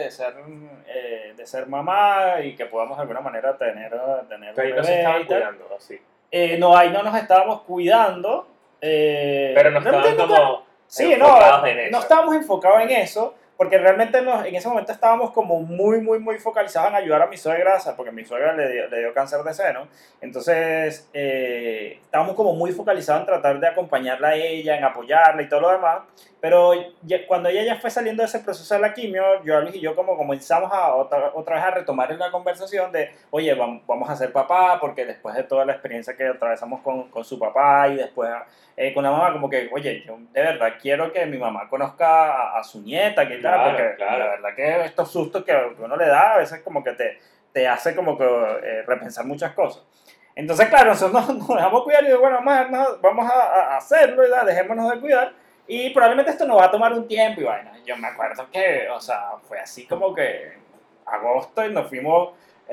de ser mamá y que podamos de alguna manera tener Que ahí un no se bebé estaban y tal. cuidando, así. No, ahí no nos estábamos cuidando. Pero no realmente estaban nunca- como Sí, enfocados en eso. no estábamos enfocados en eso, porque realmente en ese momento estábamos como muy focalizados en ayudar a mi suegra, o sea, porque mi suegra le dio cáncer de seno, entonces estábamos como muy focalizados en tratar de acompañarla a ella, en apoyarla y todo lo demás, pero cuando ella ya fue saliendo de ese proceso de la quimio, yo, Luis y yo como comenzamos otra vez a retomar la conversación de, oye, vamos a ser papá, porque después de toda la experiencia que atravesamos con su papá y después con la mamá, como que, oye, yo de verdad quiero que mi mamá conozca a su nieta, que tal, Claro, porque claro. la verdad que estos sustos que uno le da a veces como que te hace como que repensar muchas cosas. Entonces, claro, nosotros nos dejamos cuidar y digo, bueno, vamos a hacerlo, ¿verdad? Dejémonos de cuidar y probablemente esto nos va a tomar un tiempo y bueno, yo me acuerdo que, o sea, fue así como que agosto y nos fuimos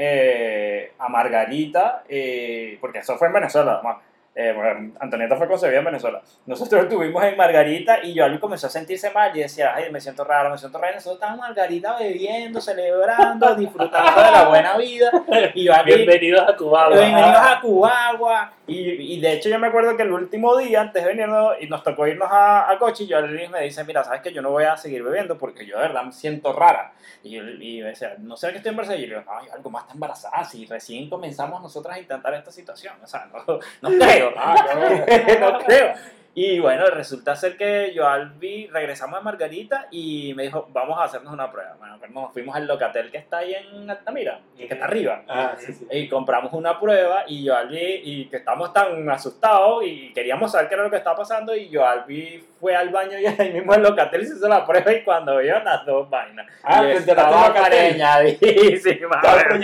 a Margarita, porque eso fue en Venezuela, además. Bueno, Antonieta fue concebida en Venezuela. Nosotros estuvimos en Margarita y Joali comenzó a sentirse mal y decía, ay, me siento raro. Y nosotros estábamos en Margarita bebiendo, celebrando, disfrutando de la buena vida. Y Bienvenidos a Cubagua. Bienvenidos a Cubagua. Y de hecho yo me acuerdo que el último día, antes de venirnos, y nos tocó irnos a Cochi, y Joali me dice, mira, sabes que yo no voy a seguir bebiendo porque yo de verdad me siento rara. Y me decía, ¿no será que estoy embarazada? Y yo, no, algo más está embarazada. Si recién comenzamos nosotras a intentar esta situación. O sea, no creo. No creo. Y bueno, resulta ser que yo, Albi, regresamos a Margarita y me dijo, vamos a hacernos una prueba. Bueno, pues nos fuimos al Locatel que está ahí en Altamira, que está arriba. Sí. Y compramos una prueba y yo, Albi, y que estábamos tan asustados y queríamos saber qué era lo que estaba pasando y yo, Albi, fue al baño y ahí mismo en Locatel se hizo la prueba y cuando vio las dos vainas. Te estaba preñadísima.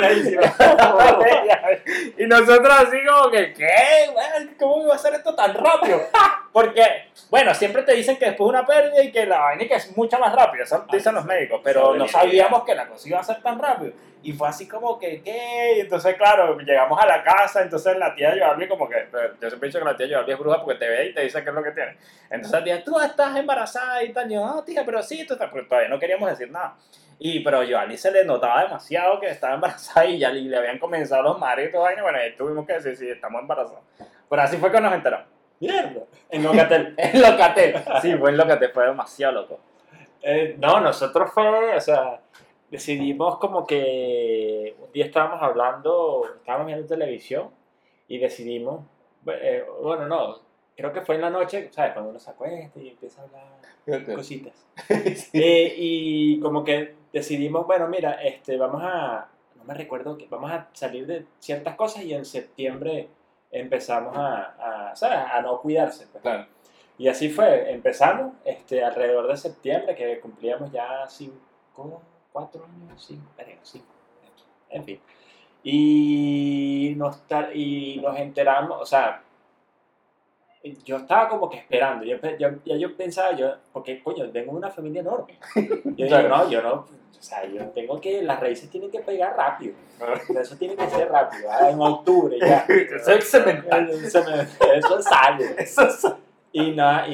Y nosotros así como que, ¿qué? ¿Cómo iba a hacer esto tan rápido? Porque, bueno, siempre te dicen que después de una pérdida y que la vaina que es mucho más rápido, eso dicen los médicos, pero no sabíamos que la cosa iba a ser tan rápido. Y fue así como que, ¿qué? Y entonces, claro, llegamos a la casa, entonces la tía de Joarby como que, yo siempre he dicho que la tía de Joarby es bruja porque te ve y te dice qué es lo que tiene. Entonces la tía, tú estás embarazada y tal, y yo, no, tía, pero sí, tú estás, pero todavía no queríamos decir nada. Pero a Joarby se le notaba demasiado que estaba embarazada y ya le habían comenzado los mares y todo, y bueno, ahí tuvimos que decir, sí, estamos embarazados. Pero así fue que nos enteramos. Mierda. En Locatel. En Locatel. Sí, fue en Locatel, fue demasiado loco. No, nosotros fue, o sea, decidimos como que un día estábamos viendo televisión y decidimos, bueno, no, creo que fue en la noche, ¿sabes? Cuando uno se acuesta y empieza a hablar cositas. Y como que decidimos, bueno, mira, no me recuerdo, vamos a salir de ciertas cosas y en septiembre empezamos ¿sabes? A no cuidarse. Pues. Claro. Y así fue, empezamos alrededor de septiembre, que cumplíamos ya 4 años, 5, en fin. Y nos enteramos, o sea, yo estaba como que esperando. Yo pensaba, porque coño, vengo de una familia enorme. Yo digo, no, yo no, o sea, yo tengo que, las raíces tienen que pegar rápido. Eso tiene que ser rápido, en octubre ya. Eso es cemental. Eso sale. Eso es... Y nada.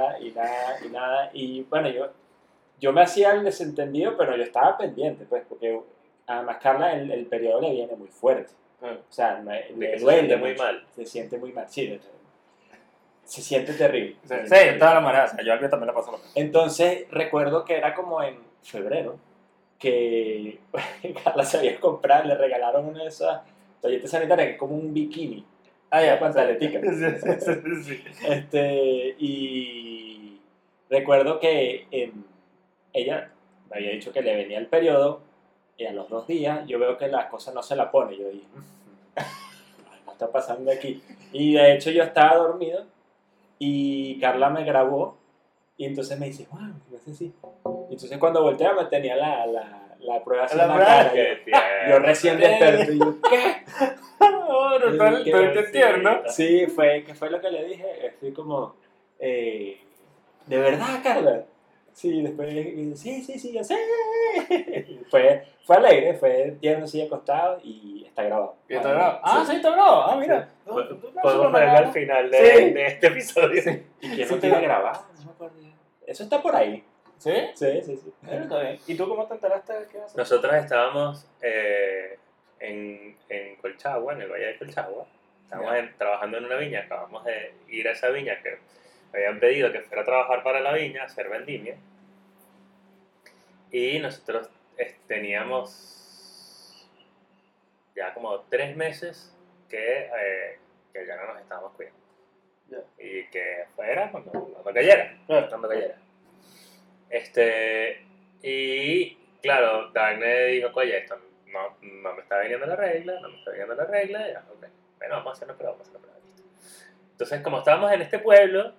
Y bueno, yo me hacía el desentendido, pero yo estaba pendiente, pues, porque además Carla el periodo le viene muy fuerte. O sea, le duele muy mucho. mal. Se siente muy mal, sí. Se siente terrible. Sí, de todas las maneras. O sea, yo al mío también le pasó lo mismo. Entonces, recuerdo que era como en febrero, que Carla se había comprado, le regalaron una de esas toallitas sanitarias, que es como un bikini. Ah, ya. Una pantaletica. Sí. Y recuerdo que ella me había dicho que le venía el periodo, y a los 2 días yo veo que la cosa no se la pone. Yo dije, ¿qué está pasando aquí? Y de hecho yo estaba dormido, y Carla me grabó, y entonces me dice, wow, no sé si. Y entonces cuando voltea me tenía la prueba así en la cara. Yo recién desperté, y yo, ¿qué? Bueno, todo tierno. Sí, ¿qué fue lo que le dije? Estoy como, ¿de verdad, Carla? Sí, después, sí, yo sé. Fue alegre, fue tierno, así acostado, y está grabado. ¿Y está grabado? Ah, sí, está grabado. Ah, mira. Podemos verlo al final de este episodio. ¿Y quién lo tiene grabado? No me acuerdo. Eso está por ahí. ¿Sí? Sí. Está bien. ¿Y tú cómo te enteraste de qué vas a hacer? Nosotros estábamos en Colchagua, en el Valle de Colchagua. Estábamos trabajando en una viña. Acabamos de ir a esa viña que me habían pedido que fuera a trabajar para la viña, a hacer vendimia. Y nosotros teníamos ya como 3 meses que ya no nos estábamos cuidando. Yeah. Y que fuera cuando cayera. Claro. Cuando cayera. Y claro, Dagne dijo, oye, esto no me está viniendo la regla, y ya, ok, bueno, vamos a hacerlo, pero listo. Entonces, como estábamos en este pueblo,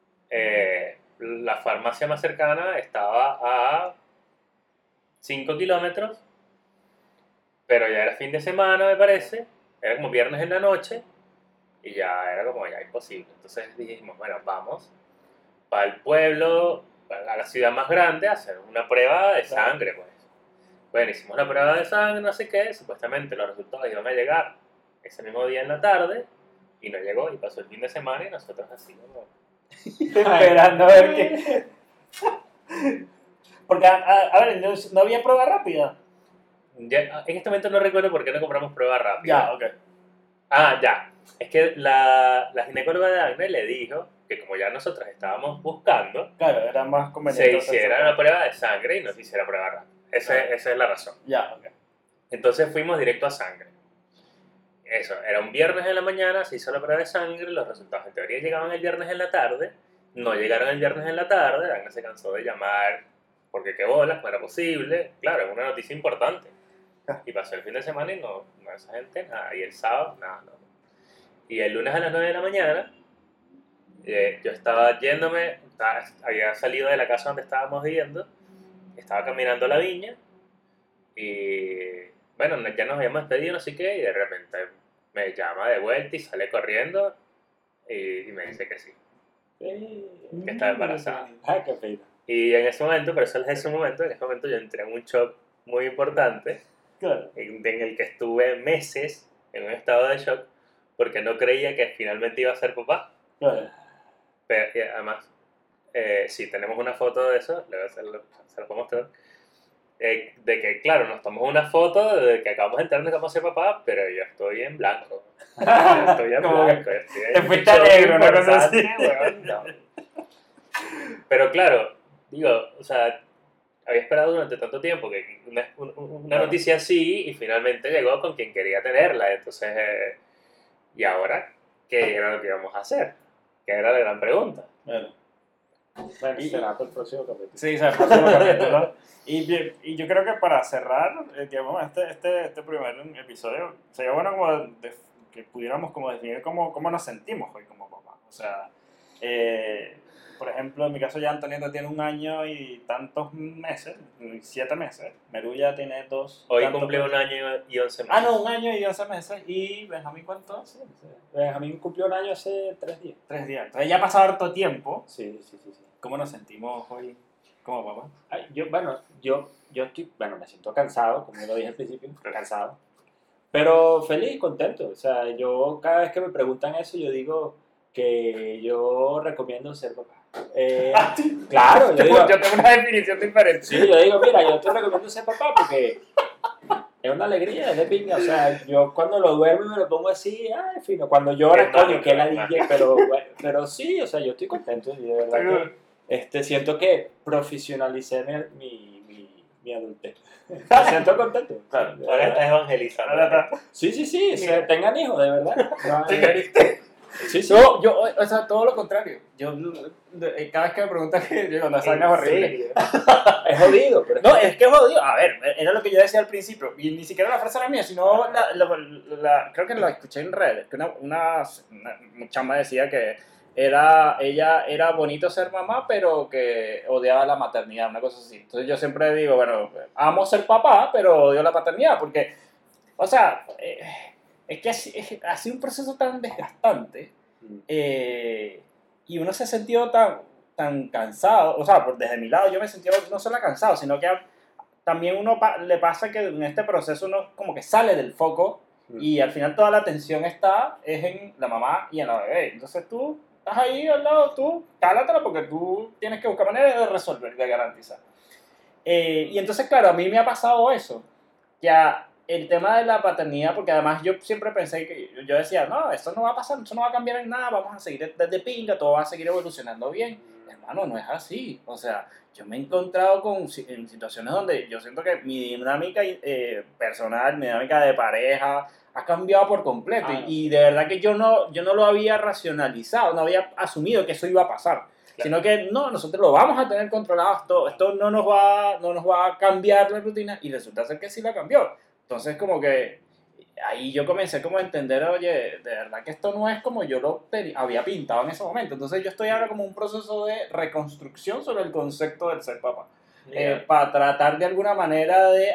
la farmacia más cercana estaba a 5 kilómetros, pero ya era fin de semana, me parece, era como viernes en la noche, y ya era como ya imposible. Entonces dijimos, bueno, vamos para el pueblo, a la ciudad más grande, a hacer una prueba de sangre, pues. Bueno, hicimos la prueba de sangre, no sé qué, supuestamente los resultados iban a llegar ese mismo día en la tarde, y no llegó, y pasó el fin de semana, y nosotros así como... Esperando a ver qué... Porque, a ver, no había prueba rápida. Ya, en este momento no recuerdo por qué no compramos prueba rápida. Ya, ok. Ah, ya. Es que la ginecóloga de Agne le dijo que como ya nosotros estábamos buscando, Claro, era más conveniente. se hiciera una prueba de sangre y no se hiciera prueba rápida. Esa es la razón. Ya, ok. Entonces fuimos directo a sangre. Eso, era un viernes en la mañana, se hizo la prueba de sangre, los resultados en teoría llegaban el viernes en la tarde, no llegaron el viernes en la tarde, Agne se cansó de llamar porque qué bolas, no era posible. Claro, es una noticia importante. Y pasó el fin de semana y no esa gente, nada. Y el sábado, nada, no. Y el lunes a las 9 de la mañana, yo estaba yéndome, había salido de la casa donde estábamos viviendo, estaba caminando a la viña, y bueno, ya nos habíamos despedido, no sé qué, y de repente me llama de vuelta y sale corriendo, y me dice que sí, que estaba embarazada. Ah, qué pena. Y en ese momento, pero eso es ese momento, en ese momento yo entré en un shock muy importante, Claro. en el que estuve meses en un estado de shock porque no creía que finalmente iba a ser papá. Claro. Pero y además, sí, tenemos una foto de eso, se lo puedo mostrar, de que, claro, nos tomamos una foto de que acabamos de enterarnos que vamos a ser papá, pero yo estoy en blanco. Estoy en Como blanco. te fuiste a negro, una cosa así. Weón, no. Pero claro, digo, o sea, había esperado durante tanto tiempo que una noticia así y finalmente llegó con quien quería tenerla. Entonces, ¿y ahora qué era lo que íbamos a hacer? Que era la gran pregunta. Bueno, Bueno, será para el próximo capítulo. sí, o sea, el próximo capítulo. Y yo creo que para cerrar, digamos, este primer episodio, sería bueno como que pudiéramos como definir cómo nos sentimos hoy como papá. O sea, por ejemplo, en mi caso ya Antonieta tiene 1 año y tantos meses, 7 meses. Meru ya tiene 2. Hoy tantos cumplió meses. 1 año y 11 meses. Ah, no, 1 año y 11 meses. ¿Y Benjamín cuánto? Sí. Benjamín cumplió 1 año hace 3 días. 3 días. Entonces ya ha pasado harto tiempo. Sí. ¿Cómo nos sentimos hoy como papá? Ay, yo estoy, me siento cansado, como lo dije al principio, cansado. Pero feliz, contento. O sea, yo cada vez que me preguntan eso, yo digo que yo recomiendo ser papá. Claro, yo digo, Yo tengo una definición diferente. sí, yo digo, mira, yo te recomiendo ser papá porque es una alegría, es de pinga. O sea, yo cuando lo duermo me lo pongo así, ay, fino. Cuando llora, Es coño, mágico, que la es dije, pero sí, o sea, yo estoy contento y de verdad que siento que profesionalicé mi adultez. Me siento contento. Claro. Ahora estás evangelizando. Sí, tengan hijos, de verdad. No hay- Sí. No, yo, o sea, todo lo contrario. Yo, cada vez que me preguntan que yo cuando salga ¿En horrible. serio? Es jodido, pero No, es que es jodido. A ver, era lo que yo decía al principio. Y ni siquiera la frase era mía, sino creo que la escuché en redes. Que una chama decía que ella era bonito ser mamá, pero que odiaba la maternidad, una cosa así. Entonces yo siempre digo, bueno, amo ser papá, pero odio la paternidad. Porque, o sea, es que ha sido un proceso tan desgastante. Y uno se ha sentido tan cansado, o sea, desde mi lado yo me he sentido no solo cansado, sino que también le pasa que en este proceso uno como que sale del foco y al final toda la atención es en la mamá y en la bebé. Entonces tú estás ahí al lado, tú cálatela porque tú tienes que buscar maneras de resolver, de garantizar. Y entonces, claro, a mí me ha pasado eso, que el tema de la paternidad, porque además yo siempre pensé que, yo decía, no, esto no va a pasar, eso no va a cambiar en nada, vamos a seguir desde pinga, todo va a seguir evolucionando bien. Hermano, no es así. O sea, yo me he encontrado en situaciones donde yo siento que mi dinámica personal, mi dinámica de pareja, ha cambiado por completo. Y de verdad que yo no lo había racionalizado, no había asumido que eso iba a pasar. Sino que no, nosotros lo vamos a tener controlado, esto no nos va a cambiar la rutina, y resulta ser que sí la cambió. Entonces como que ahí yo comencé como a entender, oye, de verdad que esto no es como yo lo había pintado en ese momento. Entonces yo estoy ahora como en un proceso de reconstrucción sobre el concepto del ser papá. Para tratar de alguna manera de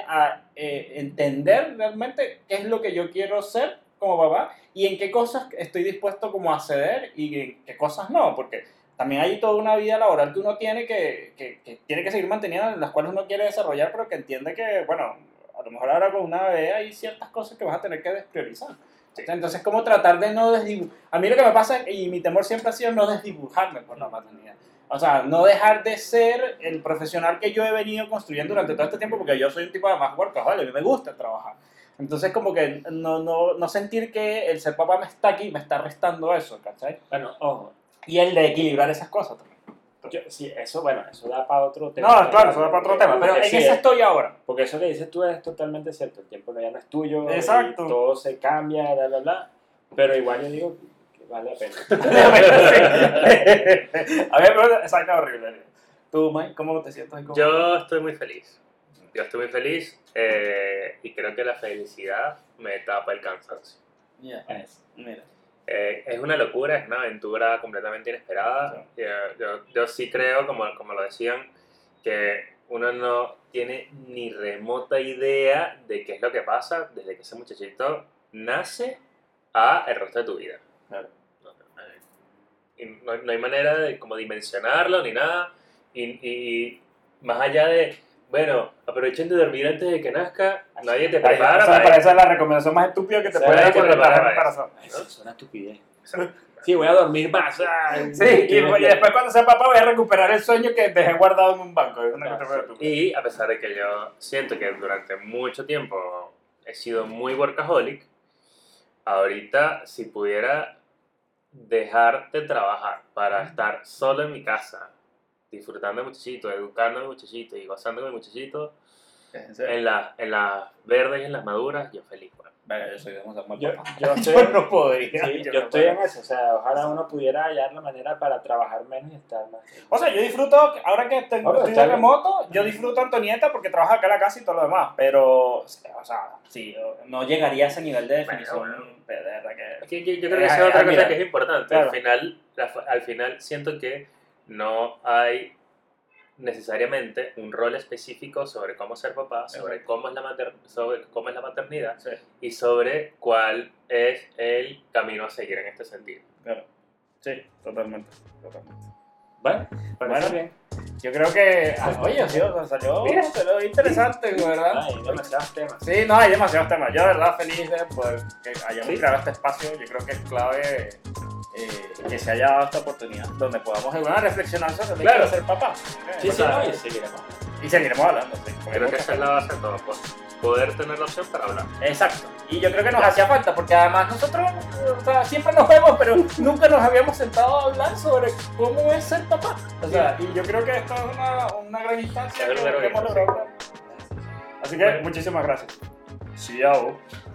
entender realmente qué es lo que yo quiero ser como papá y en qué cosas estoy dispuesto como a ceder y en qué cosas no, porque también hay toda una vida laboral que uno tiene que tiene que seguir manteniendo, en las cuales uno quiere desarrollar, pero que entiende que, bueno, a lo mejor ahora con una bebé hay ciertas cosas que vas a tener que despriorizar. Entonces, como tratar de no desdibujar. A mí lo que me pasa, y mi temor siempre ha sido no desdibujarme por la maternidad. O sea, no dejar de ser el profesional que yo he venido construyendo durante todo este tiempo, porque yo soy un tipo de más workaholic, a mí me gusta trabajar. Entonces, como que no sentir que el ser papá me está aquí, me está restando eso, ¿cachai? Bueno, ojo. Y el de equilibrar esas cosas también. Sí, eso da para otro tema. No, claro, eso da para otro tema, pero en sí, eso estoy ahora. Porque eso que dices tú es totalmente cierto. El tiempo ya no es tuyo. Exacto. Y todo se cambia, bla, bla, bla. Pero igual yo digo que vale la pena. A ver, pero esa es horrible. ¿Tú, Mike, cómo te sientes? Yo estoy muy feliz. Y creo que la felicidad me tapa el cansancio. Mira. Es una locura, es una aventura completamente inesperada. Yo sí creo, como lo decían, que uno no tiene ni remota idea de qué es lo que pasa desde que ese muchachito nace a el resto de tu vida. Claro. No hay manera de como dimensionarlo ni nada. Y más allá de, bueno, aprovechen de dormir antes de que nazca, nadie te prepara para esa es la recomendación más estúpida que te puede dar cuando estás embarazado. Es una estupidez. Sí, voy a dormir más. Sí, y después cuando sea papá voy a recuperar el sueño que dejé guardado en un banco. Es una cosa estúpida. Y a pesar de que yo siento que durante mucho tiempo he sido muy workaholic, ahorita si pudiera dejar de trabajar para estar solo en mi casa, disfrutando de muchachito, educando a mi muchachito y gozando con mi muchachito, en las verdes y en las maduras, yo feliz. Venga, yo soy demasiado mal Yo papá. estoy, Yo no podría. sí, yo estoy en eso. O sea, ojalá uno pudiera hallar la manera para trabajar menos y estar más. O sea, yo disfruto, ahora que estoy de remoto, yo disfruto a Antonieta porque trabaja acá en la casa y todo lo demás, pero, o sea, sí, no llegaría a ese nivel de definición. Bueno. De verdad que... Yo creo que esa es otra cosa que es importante. Claro. Al final siento que no hay necesariamente un rol específico sobre cómo ser papá, sobre cómo es la maternidad Sí, y sobre cuál es el camino a seguir en este sentido. claro. Sí, totalmente. Bueno, parece Bueno. bien. Yo creo que, oye, salió interesante, ¿verdad? Hay demasiados temas. Sí, no, hay demasiados temas. Yo, de verdad, feliz de poder que hayamos Sí. creado este espacio. Yo creo que es clave que se haya dado esta oportunidad donde podamos reflexionar sobre el hecho de ser papá. Sí, sí, no, y seguiremos. Y seguiremos hablando, sí. porque Creo que hay esa es la base de todo, pues, poder tener la opción para hablar. Exacto. Y yo creo que nos hacía falta, porque además nosotros siempre nos vemos, pero nunca nos habíamos sentado a hablar sobre cómo es ser papá. O sea, y yo creo que esto es una gran instancia Es el que primero hemos que- logrado. Así que Bueno. muchísimas gracias. Chao.